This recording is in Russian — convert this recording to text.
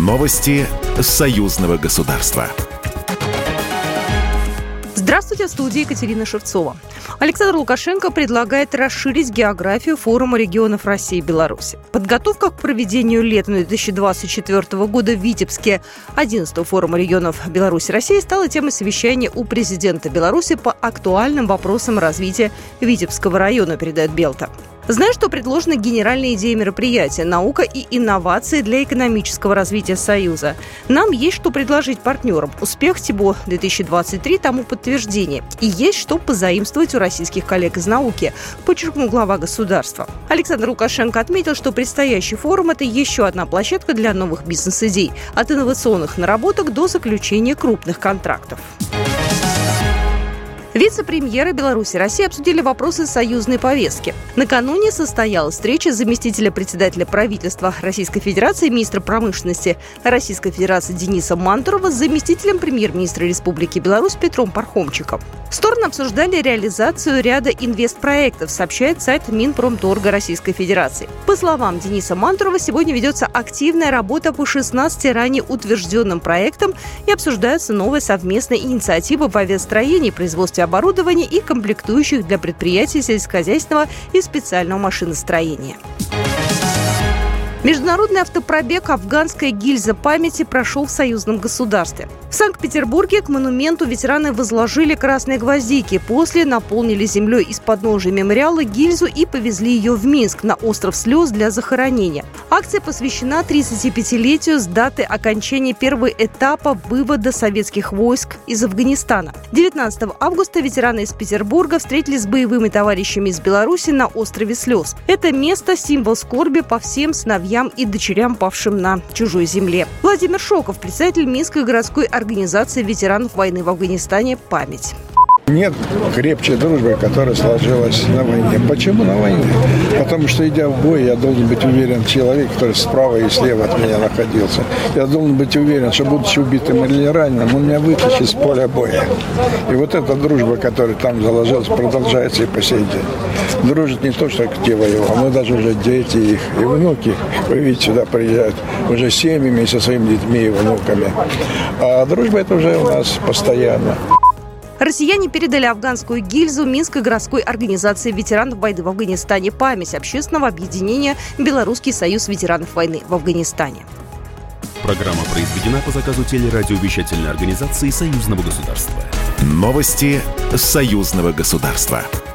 Новости союзного государства. Здравствуйте, в студии Екатерина Шевцова. Александр Лукашенко предлагает расширить географию форума регионов России и Беларуси. Подготовка к проведению летом 2024 года в Витебске 11-го форума регионов Беларуси и России стала темой совещания у президента Беларуси по актуальным вопросам развития Витебского района, передает Белта. Знаешь, что предложена генеральная идея мероприятия «Наука и инновации для экономического развития Союза». Нам есть что предложить партнерам. Успех ТИБО-2023 тому подтверждение. И есть что позаимствовать у российских коллег из науки, подчеркнул глава государства. Александр Лукашенко отметил, что предстоящий форум – это еще одна площадка для новых бизнес-идей, от инновационных наработок до заключения крупных контрактов. Вице-премьеры Беларуси и России обсудили вопросы союзной повестки. Накануне состоялась встреча заместителя председателя правительства Российской Федерации, министра промышленности Российской Федерации Дениса Мантурова с заместителем премьер-министра Республики Беларусь Петром Пархомчиком. Стороны обсуждали реализацию ряда инвестпроектов, сообщает сайт Минпромторга Российской Федерации. По словам Дениса Мантурова, сегодня ведется активная работа по 16 ранее утвержденным проектам и обсуждается новая совместная инициатива по авиастроению, производству оборудования и комплектующих для предприятий сельскохозяйственного и специального машиностроения. Международный автопробег «Афганская гильза памяти» прошел в союзном государстве. В Санкт-Петербурге к монументу ветераны возложили красные гвоздики. После наполнили землей из подножия мемориала гильзу и повезли ее в Минск на остров Слез для захоронения. Акция посвящена 35-летию с даты окончания первого этапа вывода советских войск из Афганистана. 19 августа ветераны из Петербурга встретились с боевыми товарищами из Беларуси на острове Слез. Это место – символ скорби по всем сыновьям и дочерям, павшим на чужой земле. Владимир Шоков, председатель Минской городской организации ветеранов войны в Афганистане «Память». Нет крепче дружбы, которая сложилась на войне. Почему на войне? Потому что, идя в бой, я должен быть уверен в человеке, который справа и слева от меня находился. Я должен быть уверен, что, будучи убитым или раненым, он меня вытащит с поля боя. И вот эта дружба, которая там заложилась, продолжается и по сей день. Дружат не то, что те воевал, но даже уже дети их и внуки, вы видите, сюда приезжают уже семьями со своими детьми и внуками. А дружба это уже у нас постоянно. Россияне передали афганскую гильзу Минской городской организации ветеранов войны в Афганистане «Память» общественного объединения «Белорусский союз ветеранов войны в Афганистане». Программа произведена по заказу телерадиовещательной организации союзного государства. Новости союзного государства.